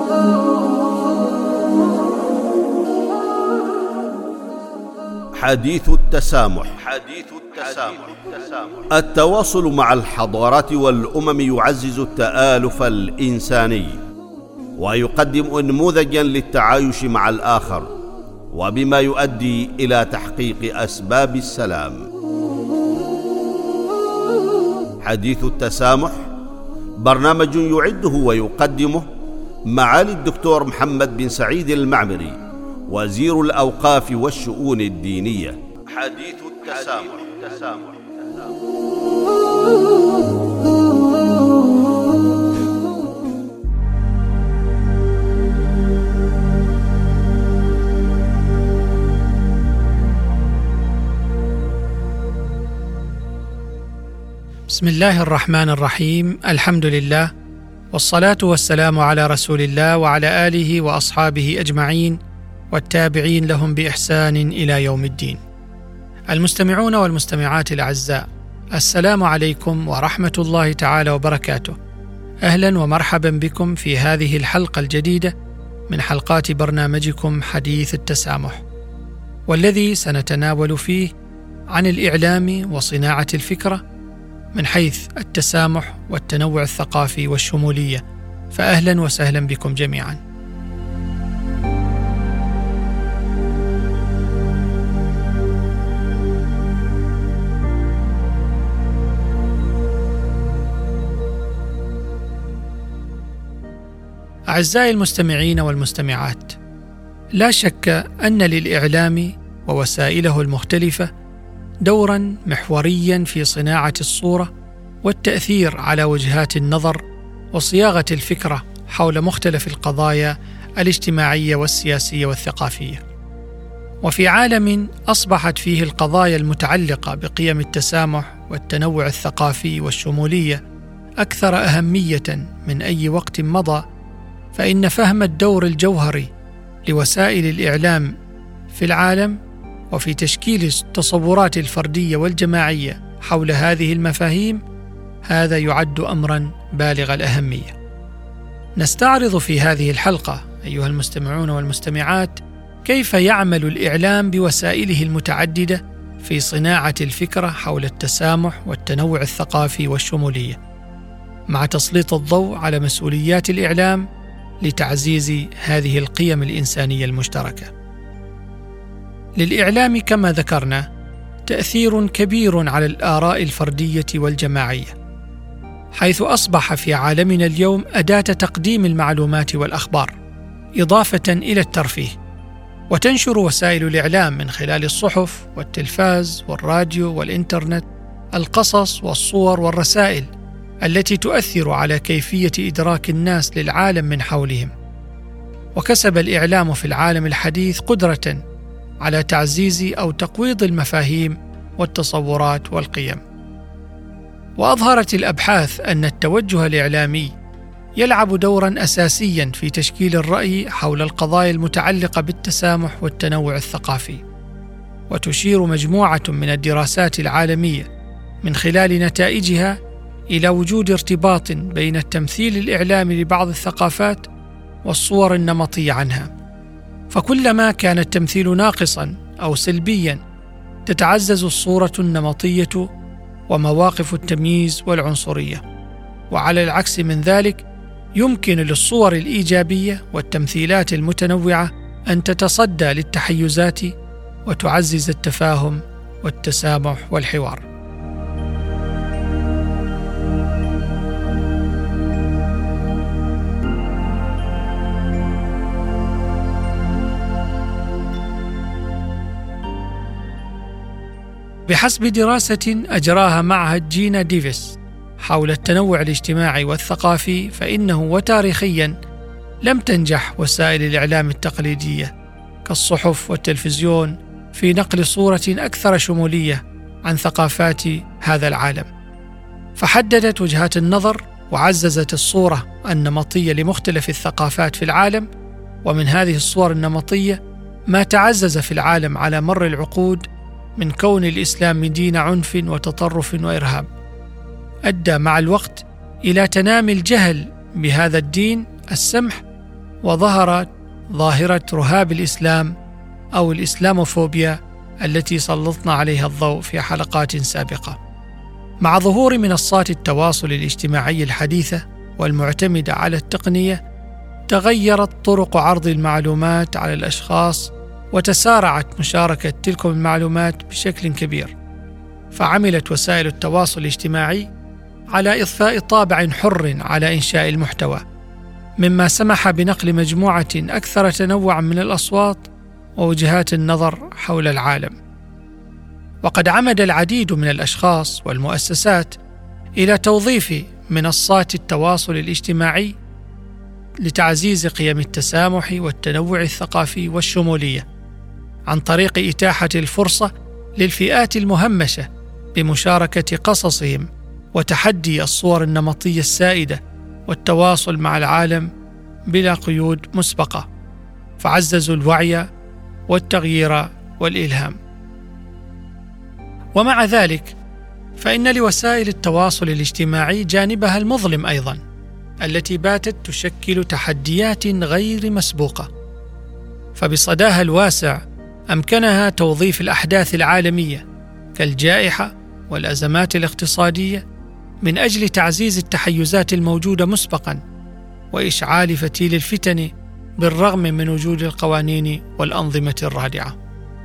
حديث التسامح. التواصل مع الحضارات والأمم يعزز التآلف الإنساني ويقدم نموذجا للتعايش مع الآخر، وبما يؤدي إلى تحقيق أسباب السلام. حديث التسامح برنامج يعده ويقدمه معالي الدكتور محمد بن سعيد المعمري، وزير الأوقاف والشؤون الدينية. حديث التسامح. بسم الله الرحمن الرحيم. الحمد لله، والصلاة والسلام على رسول الله وعلى آله وأصحابه أجمعين والتابعين لهم بإحسان إلى يوم الدين. المستمعون والمستمعات الأعزاء، السلام عليكم ورحمة الله تعالى وبركاته. أهلا ومرحبا بكم في هذه الحلقة الجديدة من حلقات برنامجكم حديث التسامح، والذي سنتناول فيه عن الإعلام وصناعة الفكرة من حيث التسامح والتنوع الثقافي والشمولية. فأهلا وسهلا بكم جميعا. أعزائي المستمعين والمستمعات، لا شك أن للإعلام ووسائله المختلفة دورا محوريا في صناعة الصورة والتأثير على وجهات النظر وصياغة الفكرة حول مختلف القضايا الاجتماعية والسياسية والثقافية. وفي عالم أصبحت فيه القضايا المتعلقة بقيم التسامح والتنوع الثقافي والشمولية أكثر أهمية من أي وقت مضى، فإن فهم الدور الجوهري لوسائل الإعلام في العالم وفي تشكيل التصورات الفردية والجماعية حول هذه المفاهيم هذا يعد أمرا بالغ الأهمية. نستعرض في هذه الحلقة أيها المستمعون والمستمعات كيف يعمل الإعلام بوسائله المتعددة في صناعة الفكرة حول التسامح والتنوع الثقافي والشمولية، مع تسليط الضوء على مسؤوليات الإعلام لتعزيز هذه القيم الإنسانية المشتركة. للإعلام كما ذكرنا تأثير كبير على الآراء الفردية والجماعية، حيث أصبح في عالمنا اليوم أداة تقديم المعلومات والأخبار إضافة إلى الترفيه. وتنشر وسائل الإعلام من خلال الصحف والتلفاز والراديو والإنترنت القصص والصور والرسائل التي تؤثر على كيفية إدراك الناس للعالم من حولهم. وكسب الإعلام في العالم الحديث قدرة على تعزيز أو تقويض المفاهيم والتصورات والقيم. وأظهرت الأبحاث أن التوجه الإعلامي يلعب دورا أساسيا في تشكيل الرأي حول القضايا المتعلقة بالتسامح والتنوع الثقافي. وتشير مجموعة من الدراسات العالمية من خلال نتائجها إلى وجود ارتباط بين التمثيل الإعلامي لبعض الثقافات والصور النمطية عنها. فكلما كان التمثيل ناقصا أو سلبيا تتعزز الصورة النمطية ومواقف التمييز والعنصرية. وعلى العكس من ذلك يمكن للصور الإيجابية والتمثيلات المتنوعة أن تتصدى للتحيزات وتعزز التفاهم والتسامح والحوار. بحسب دراسة أجراها معهد جينا ديفيس حول التنوع الاجتماعي والثقافي، فإنه وتاريخيا لم تنجح وسائل الإعلام التقليدية كالصحف والتلفزيون في نقل صورة أكثر شمولية عن ثقافات هذا العالم، فحددت وجهات النظر وعززت الصورة النمطية لمختلف الثقافات في العالم. ومن هذه الصور النمطية ما تعزز في العالم على مر العقود من كون الإسلام دين عنف وتطرف وإرهاب، أدى مع الوقت إلى تنامي الجهل بهذا الدين السمح وظهرت ظاهرة رهاب الإسلام أو الإسلاموفوبيا التي سلطنا عليها الضوء في حلقات سابقة. مع ظهور منصات التواصل الاجتماعي الحديثة والمعتمدة على التقنية، تغيرت طرق عرض المعلومات على الأشخاص، وتسارعت مشاركة تلك المعلومات بشكل كبير. فعملت وسائل التواصل الاجتماعي على إضفاء طابع حر على إنشاء المحتوى، مما سمح بنقل مجموعة أكثر تنوعا من الأصوات ووجهات النظر حول العالم. وقد عمد العديد من الأشخاص والمؤسسات إلى توظيف منصات التواصل الاجتماعي لتعزيز قيم التسامح والتنوع الثقافي والشمولية، عن طريق إتاحة الفرصة للفئات المهمشة بمشاركة قصصهم وتحدي الصور النمطية السائدة والتواصل مع العالم بلا قيود مسبقة، فعززوا الوعي والتغيير والإلهام. ومع ذلك فإن لوسائل التواصل الاجتماعي جانبها المظلم أيضا، التي باتت تشكل تحديات غير مسبوقة. فبصداها الواسع أمكنها توظيف الأحداث العالمية كالجائحة والأزمات الاقتصادية من أجل تعزيز التحيزات الموجودة مسبقا وإشعال فتيل الفتن بالرغم من وجود القوانين والأنظمة الرادعة.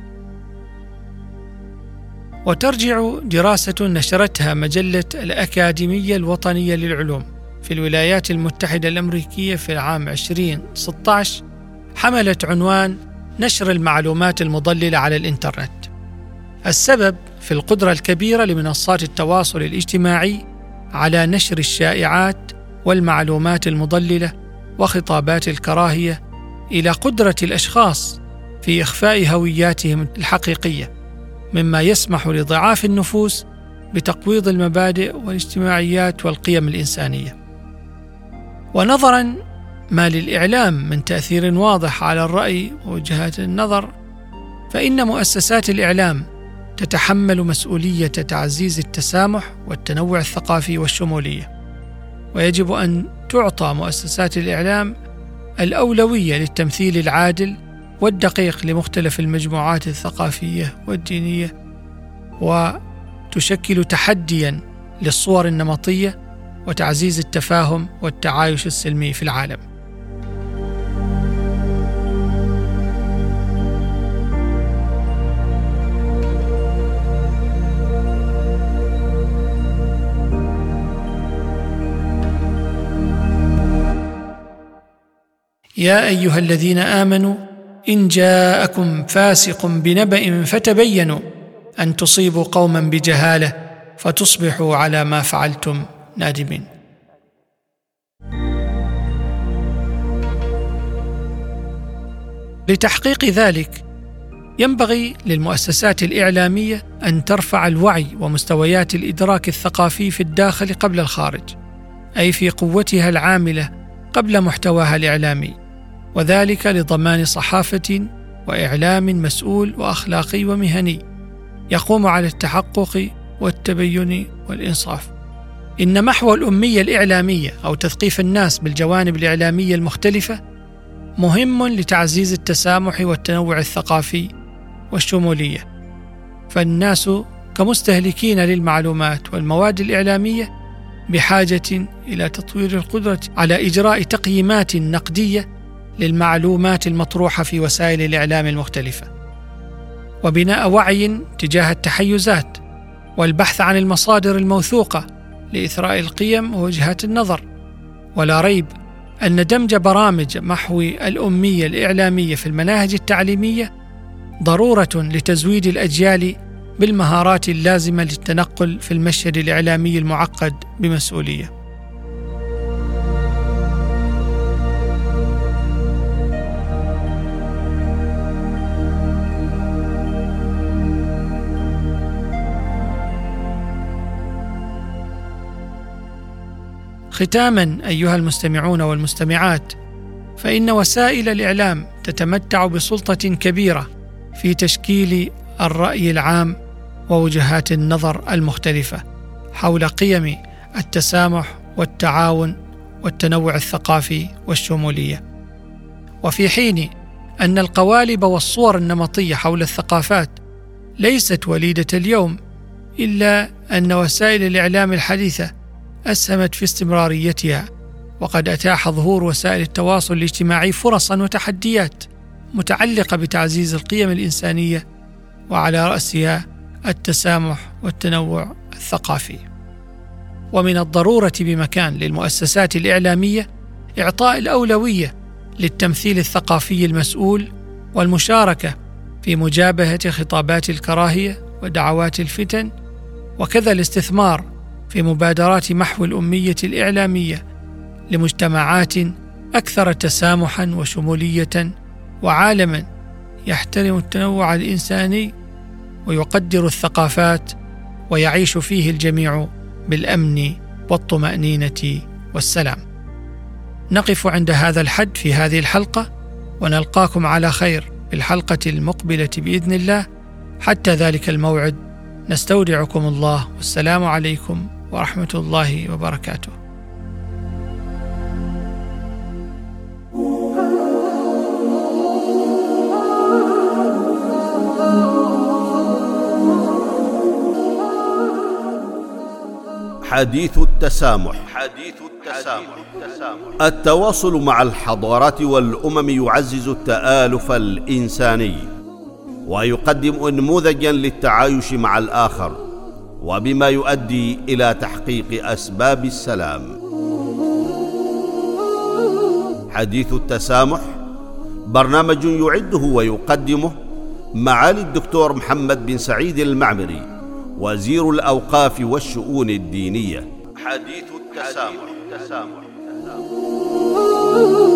وترجع دراسة نشرتها مجلة الأكاديمية الوطنية للعلوم في الولايات المتحدة الأمريكية في العام 2016، حملت عنوان نشر المعلومات المضللة على الإنترنت. السبب في القدرة الكبيرة لمنصات التواصل الاجتماعي على نشر الشائعات والمعلومات المضللة وخطابات الكراهية إلى قدرة الأشخاص في إخفاء هوياتهم الحقيقية، مما يسمح لضعاف النفوس بتقويض المبادئ والاجتماعيات والقيم الإنسانية. ونظراً ما للإعلام من تأثير واضح على الرأي ووجهات النظر، فإن مؤسسات الإعلام تتحمل مسؤولية تعزيز التسامح والتنوع الثقافي والشمولية، ويجب أن تعطى مؤسسات الإعلام الأولوية للتمثيل العادل والدقيق لمختلف المجموعات الثقافية والدينية، وتشكل تحدياً للصور النمطية وتعزيز التفاهم والتعايش السلمي في العالم. يا أيها الذين آمنوا إن جاءكم فاسق بنبأ فتبينوا أن تصيبوا قوما بجهالة فتصبحوا على ما فعلتم نادمين. لتحقيق ذلك ينبغي للمؤسسات الإعلامية أن ترفع الوعي ومستويات الإدراك الثقافي في الداخل قبل الخارج، أي في قوتها العاملة قبل محتواها الإعلامي، وذلك لضمان صحافة وإعلام مسؤول وأخلاقي ومهني يقوم على التحقق والتبين والإنصاف. إن محو الأمية الإعلامية أو تثقيف الناس بالجوانب الإعلامية المختلفة مهم لتعزيز التسامح والتنوع الثقافي والشمولية، فالناس كمستهلكين للمعلومات والمواد الإعلامية بحاجة إلى تطوير القدرة على إجراء تقييمات نقدية للمعلومات المطروحة في وسائل الإعلام المختلفة، وبناء وعي تجاه التحيزات، والبحث عن المصادر الموثوقة لإثراء القيم ووجهات النظر. ولا ريب أن دمج برامج محو الأمية الإعلامية في المناهج التعليمية ضرورة لتزويد الأجيال بالمهارات اللازمة للتنقل في المشهد الإعلامي المعقد بمسؤولية. ختاماً أيها المستمعون والمستمعات، فإن وسائل الإعلام تتمتع بسلطة كبيرة في تشكيل الرأي العام ووجهات النظر المختلفة حول قيم التسامح والتعاون والتنوع الثقافي والشمولية. وفي حين أن القوالب والصور النمطية حول الثقافات ليست وليدة اليوم، إلا أن وسائل الإعلام الحديثة أسهمت في استمراريتها، وقد أتاح ظهور وسائل التواصل الاجتماعي فرصاً وتحديات متعلقة بتعزيز القيم الإنسانية، وعلى رأسها التسامح والتنوع الثقافي. ومن الضرورة بمكان للمؤسسات الإعلامية إعطاء الأولوية للتمثيل الثقافي المسؤول والمشاركة في مجابهة خطابات الكراهية ودعوات الفتن، وكذا الاستثمار في مبادرات محو الأمية الإعلامية لمجتمعات أكثر تسامحاً وشمولية، وعالماً يحترم التنوع الإنساني ويقدر الثقافات، ويعيش فيه الجميع بالأمن والطمأنينة والسلام. نقف عند هذا الحد في هذه الحلقة، ونلقاكم على خير في الحلقة المقبلة بإذن الله. حتى ذلك الموعد نستودعكم الله، والسلام عليكم ورحمة الله وبركاته. حديث التسامح. التواصل مع الحضارات والأمم يعزز التآلف الإنساني، ويقدم نموذجاً للتعايش مع الآخر، وبما يؤدي إلى تحقيق أسباب السلام. حديث التسامح برنامج يعده ويقدمه معالي الدكتور محمد بن سعيد المعمري، وزير الأوقاف والشؤون الدينية. حديث التسامح.